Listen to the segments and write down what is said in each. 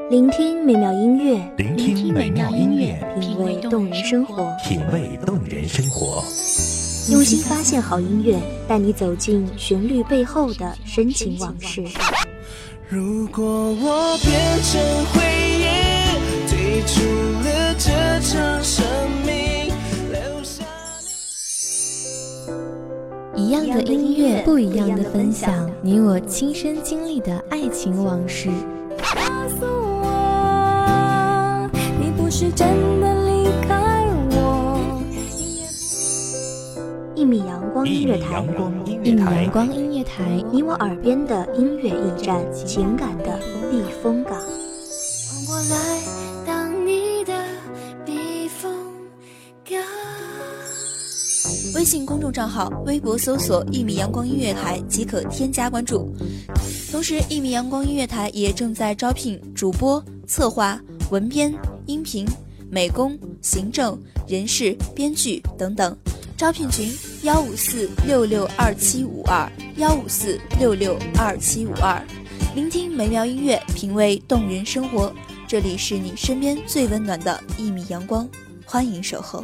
聆听美妙音乐， 聆听美妙音乐， 品味动人生活， 品味动人生活。 用心发现好音乐，带你走进旋律背后的深情往事。 如果我变成回忆，退出了这场生命，留下一样的音乐，不一样的分享，你我亲身经历的爱情往事。 告诉我，你不是真的离开我。 一米阳光音乐台， 一米阳光音乐台， 你我耳边的音乐驿站，情感的避风港。 让我来当你的避风港。 微信公众账号、微博搜索“一米阳光音乐台”即可添加关注。同时，一米阳光音乐台也正在招聘主播、策划、文编、音频、美工、行政、人事、编剧等等。招聘群154662752，154662752。聆听美妙音乐，品味动人生活。这里是你身边最温暖的一米阳光，欢迎守候。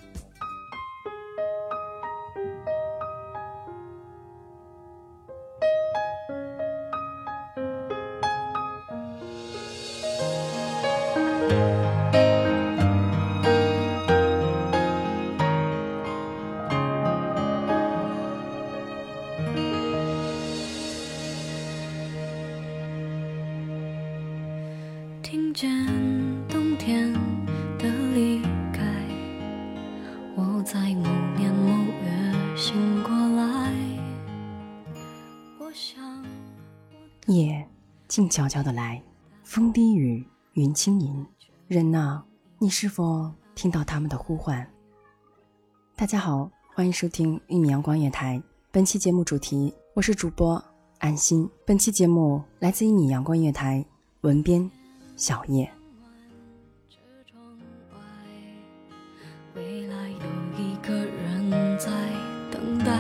听见冬天的离开，我在某年某月醒过来。我想夜静悄悄地来，风低语，云轻吟。人啊，你是否听到他们的呼唤？大家好，欢迎收听一米阳光乐台。本期节目主题，我是主播安心。本期节目来自一米阳光乐台，文编小叶。 未来有一个人在等待，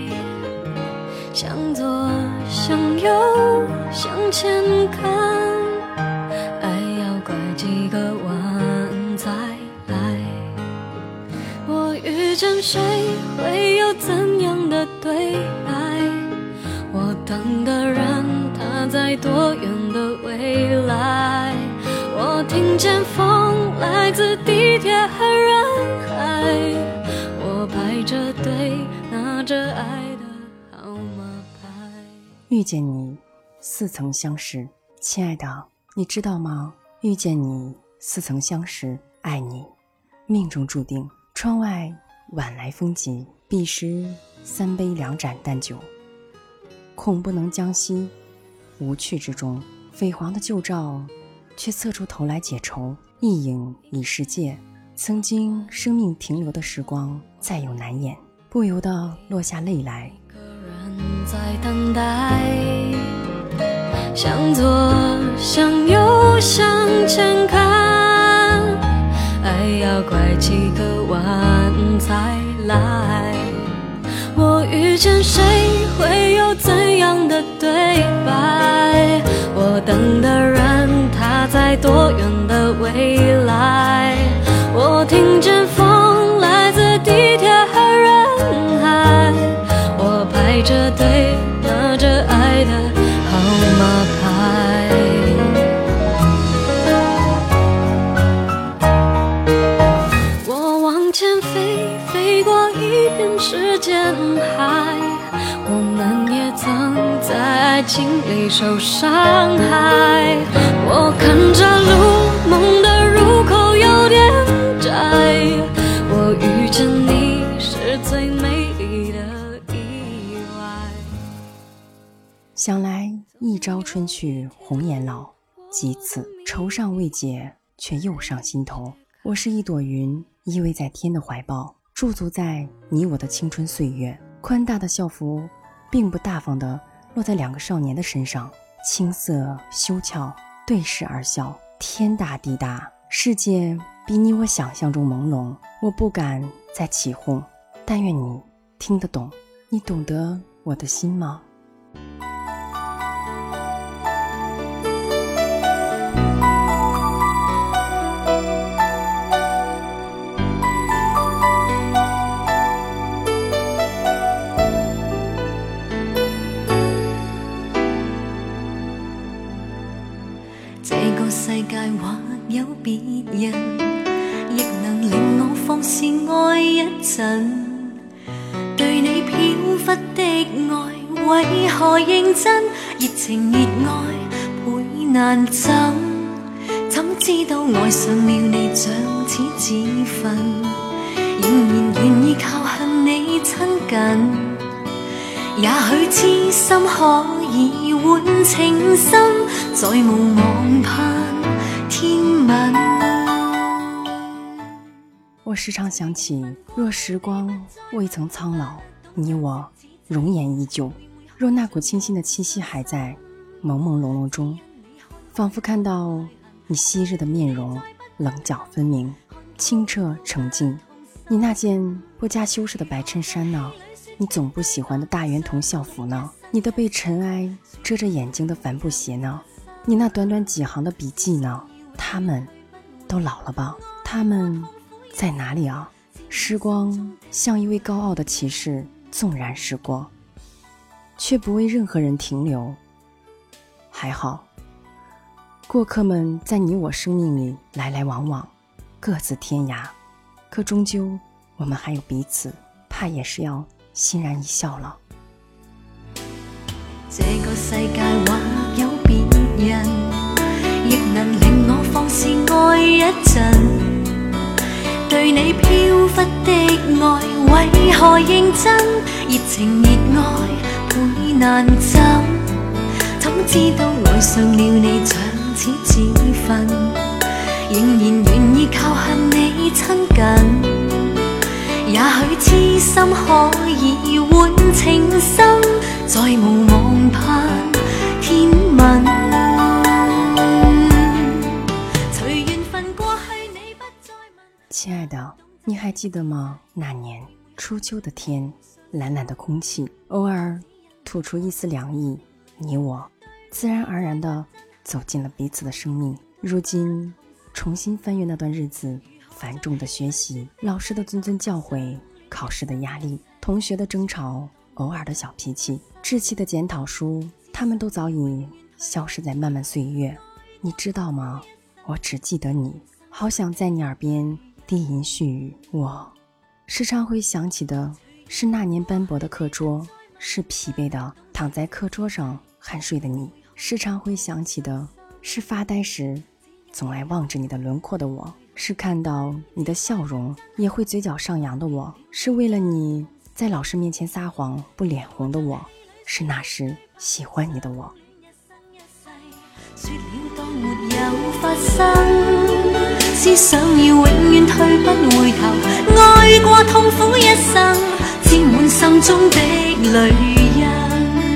向左向右向前看，爱要拐几个弯才来。我遇见谁会有怎样的对白，我等的人他在多远的未来。我听见风来自地铁和人海，我排着队拿着爱的号码牌。 遇见你似曾相识，亲爱的，你知道吗？遇见你似曾相识，爱你命中注定。窗外晚来风急，彼时3杯2盏淡酒，恐不能将息。无趣之中，绯黄的旧照却侧出头来解愁，一影一世界。曾经生命停留的时光再有难掩，不由得落下泪来。 一个人在等待，向左向右向前看，爱要拐几个弯才来。我遇见谁会有怎样的对白，我等的人他在多远的未来。我听见风来自地铁和人海，我排着队拿着爱的号码牌。我往前飞，飞过一片时间海，我们也曾在爱情里受伤害。我看着路，梦的入口有点窄，我遇见你是最美丽的意外。 想来一朝春去红颜老，几次愁尚未解，却又上心头。我是一朵云，依偎在天的怀抱，驻足在你我的青春岁月。宽大的校服并不大方地落在2个少年的身上，青涩羞俏，对视而笑。天大地大，世界比你我想象中朦胧。我不敢再起哄，但愿你听得懂。你懂得我的心吗？ 世界或有别人，亦能令我放肆爱一阵。对你飘忽的爱，为何认真？热情热爱倍难枕，怎知道爱上了你像似自焚，仍然愿意靠向你亲近。也許痴心可以換情深，再無望盼天問。 我时常想起，若时光未曾苍老，你我容颜依旧；若那股清新的气息还在，朦朦胧胧中，仿佛看到你昔日的面容，棱角分明，清澈澄净。你那件不加修饰的白衬衫呢？你总不喜欢的大圆筒校服呢？你的被尘埃遮着眼睛的帆布鞋呢？你那短短几行的笔记呢？他们都老了吧？他们在哪里啊？时光像一位高傲的骑士，纵然驶过，却不为任何人停留。还好，过客们在你我生命里来来往往，各自天涯，可终究我们还有彼此，怕也是要欣然一笑了。 這個世界或有別人，亦能令我放肆愛一陣。對你飄忽的愛，為何認真？熱情熱愛倍難枕，怎知道愛上了你像似自焚，仍然願意靠向你親近。也許痴心可以換情深，再無望盼天問。隨緣分過去，你不再問。 亲爱的，你还记得吗？那年初秋的天，懒懒的空气，偶尔吐出一丝凉意，你我自然而然地走进了彼此的生命。如今重新翻阅那段日子，繁重的学习，老师的谆谆教诲，考试的压力，同学的争吵，偶尔的小脾气，稚气的检讨书，他们都早已消失在漫漫岁月。你知道吗？我只记得你，好想在你耳边低吟絮语。我时常会想起的是那年斑驳的课桌，是疲惫的躺在课桌上酣睡的你，时常会想起的是发呆时总来望着你的轮廓的我，是看到你的笑容也会嘴角上扬的我，是为了你在老師面前撒谎不臉紅的我，是那時喜歡你的我。 說了當沒有發生，思想要永遠退不回頭，愛過痛苦一生，沾滿心中的淚印。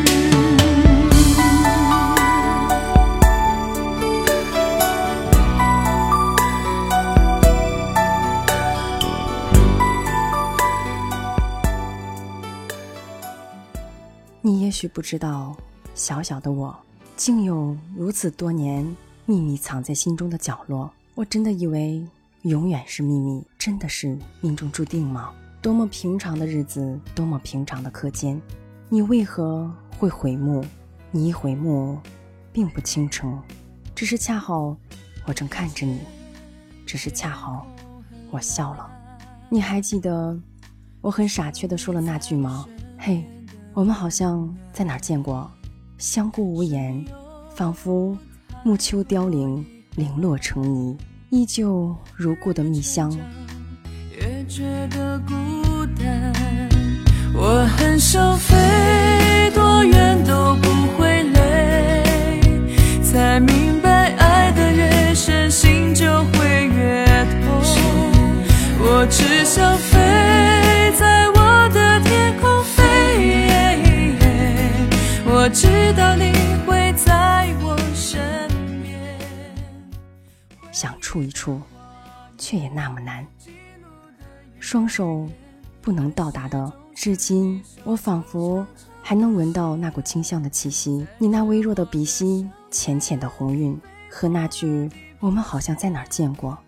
你也许不知道，小小的我竟有如此多年秘密藏在心中的角落。我真的以为永远是秘密，真的是命中注定吗？多么平常的日子，多么平常的课间，你为何会回目？你一回目并不倾城，只是恰好我正看着你，只是恰好我笑了。你还记得我很傻缺地说了那句吗？嘿，我们好像在哪儿见过，相顾无言，仿佛暮秋凋零，零落成泥，依旧如故的蜜香。 越觉得孤单，我很少飞，多远都不会累，才明白爱的越深，心就会越痛。我只想飞在我的天空飞，我知道你会在我身边。 想触一触，却也那么难，双手不能到达的。至今我仿佛还能闻到那股清香的气息，你那微弱的鼻息，浅浅的红晕，和那句我们好像在哪儿见过。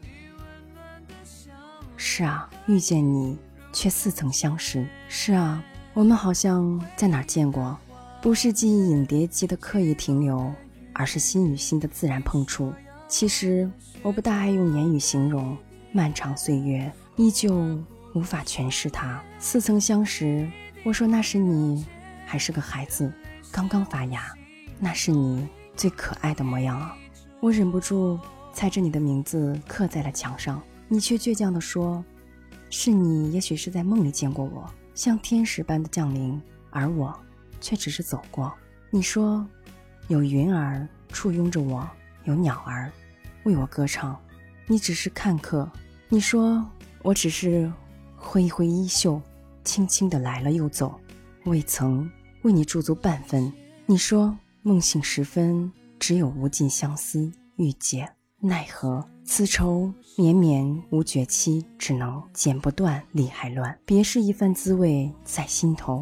是啊，遇见你却似曾相识。是啊，我们好像在哪儿见过，不是记忆影碟机的刻意停留，而是心与心的自然碰触。 其实我不大爱用言语形容漫长岁月，依旧无法诠释它。似曾相识，我说那时你还是个孩子，刚刚发芽，那是你最可爱的模样啊。我忍不住猜着你的名字刻在了墙上，你却倔强地说，是你也许是在梦里见过我，像天使般的降临，而我却只是走过。你说有云儿簇拥着我，有鸟儿为我歌唱，你只是看客。你说我只是挥一挥衣袖，轻轻地来了又走，未曾为你驻足半分。你说梦醒时分，只有无尽相思，欲解奈何，此愁绵绵无绝期，只能剪不断理还乱，别是一番滋味在心头。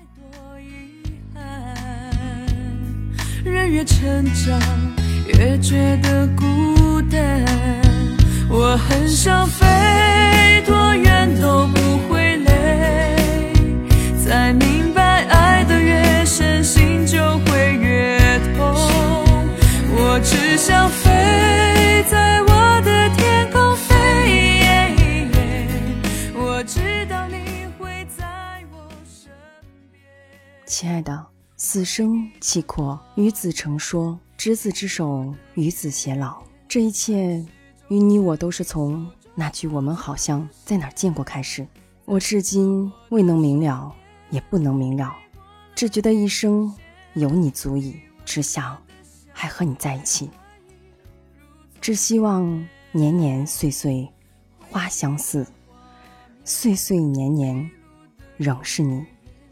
人越成长越觉得孤单，我很想飞，多远都不会累，才明白爱得越深，心就会越痛。我只想飞，在我的天空飞，我知道你会在我身边。 亲爱的，死生契阔，与子成说，执子之手，与子偕老。这一切与你我都是从那句我们好像在哪儿见过开始。我至今未能明了，也不能明了，只觉得一生有你足矣，只想还和你在一起。只希望年年岁岁花相似，岁岁年年仍是你。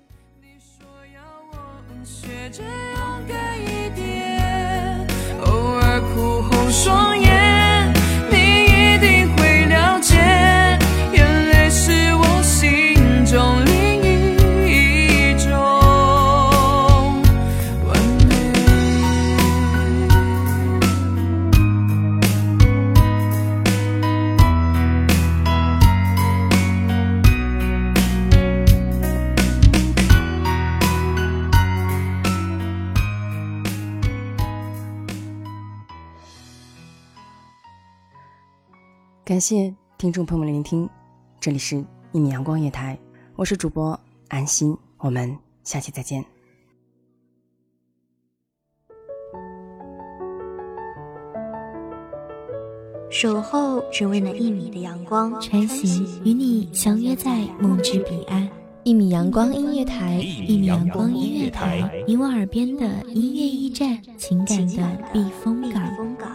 学着勇敢一点，偶尔哭红双眼，你一定会了解，眼泪是我心中另一种完美。 感谢听众朋友们的聆听，这里是1米阳光夜台，我是主播安心，我们下期再见。 守候只为那1米的阳光， 穿行与你相约在梦之彼岸。1米阳光音乐台，1米阳光音乐台，你我耳边的音乐驿站，情感的避风港。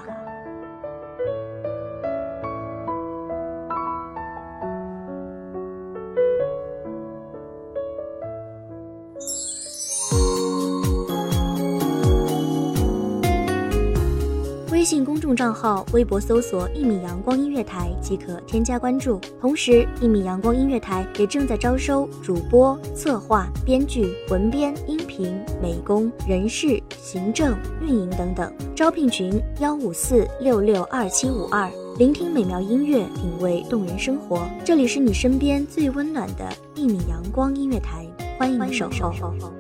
微信公众账号、微博搜索1米阳光音乐台即可添加关注。同时，1米阳光音乐台也正在招收主播、策划、编剧、文编、音频、美工、人事、行政、运营等等。招聘群154662752。聆听美妙音乐，品味动人生活。这里是你身边最温暖的1米阳光音乐台，欢迎你守候。